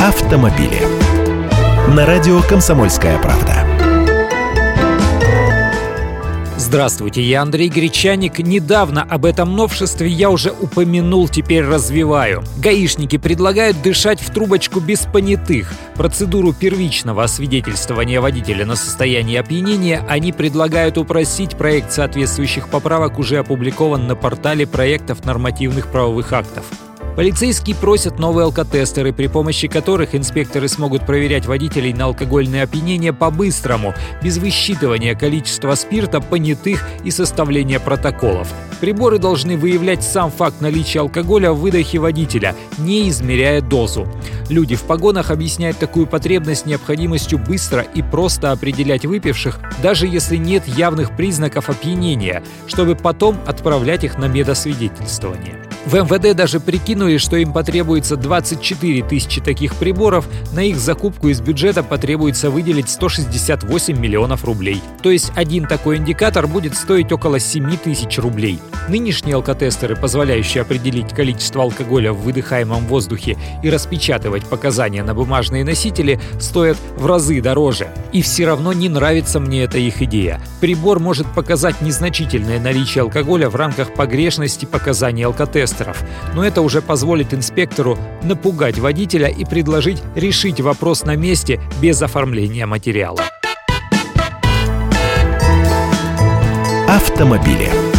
автомобили. На радио «Комсомольская правда». Здравствуйте, я Андрей Гречаник. Недавно об этом новшестве я уже упомянул, теперь развиваю. Гаишники предлагают дышать в трубочку без понятых. Процедуру первичного освидетельствования водителя на состояние опьянения они предлагают упростить. Проект соответствующих поправок уже опубликован на портале проектов нормативных правовых актов. Полицейские просят новые алкотестеры, при помощи которых инспекторы смогут проверять водителей на алкогольное опьянение по-быстрому, без высчитывания количества спирта, понятых и составления протоколов. Приборы должны выявлять сам факт наличия алкоголя в выдохе водителя, не измеряя дозу. Люди в погонах объясняют такую потребность необходимостью быстро и просто определять выпивших, даже если нет явных признаков опьянения, чтобы потом отправлять их на медосвидетельствование. В МВД даже прикинули, что им потребуется 24 тысячи таких приборов, на их закупку из бюджета потребуется выделить 168 миллионов рублей. То есть один такой индикатор будет стоить около 7 тысяч рублей. Нынешние алкотестеры, позволяющие определить количество алкоголя в выдыхаемом воздухе и распечатывать показания на бумажные носители, стоят в разы дороже. И все равно не нравится мне эта их идея. Прибор может показать незначительное наличие алкоголя в рамках погрешности показаний алкотестеров. Но это уже позволит инспектору напугать водителя и предложить решить вопрос на месте без оформления материала. Автомобили.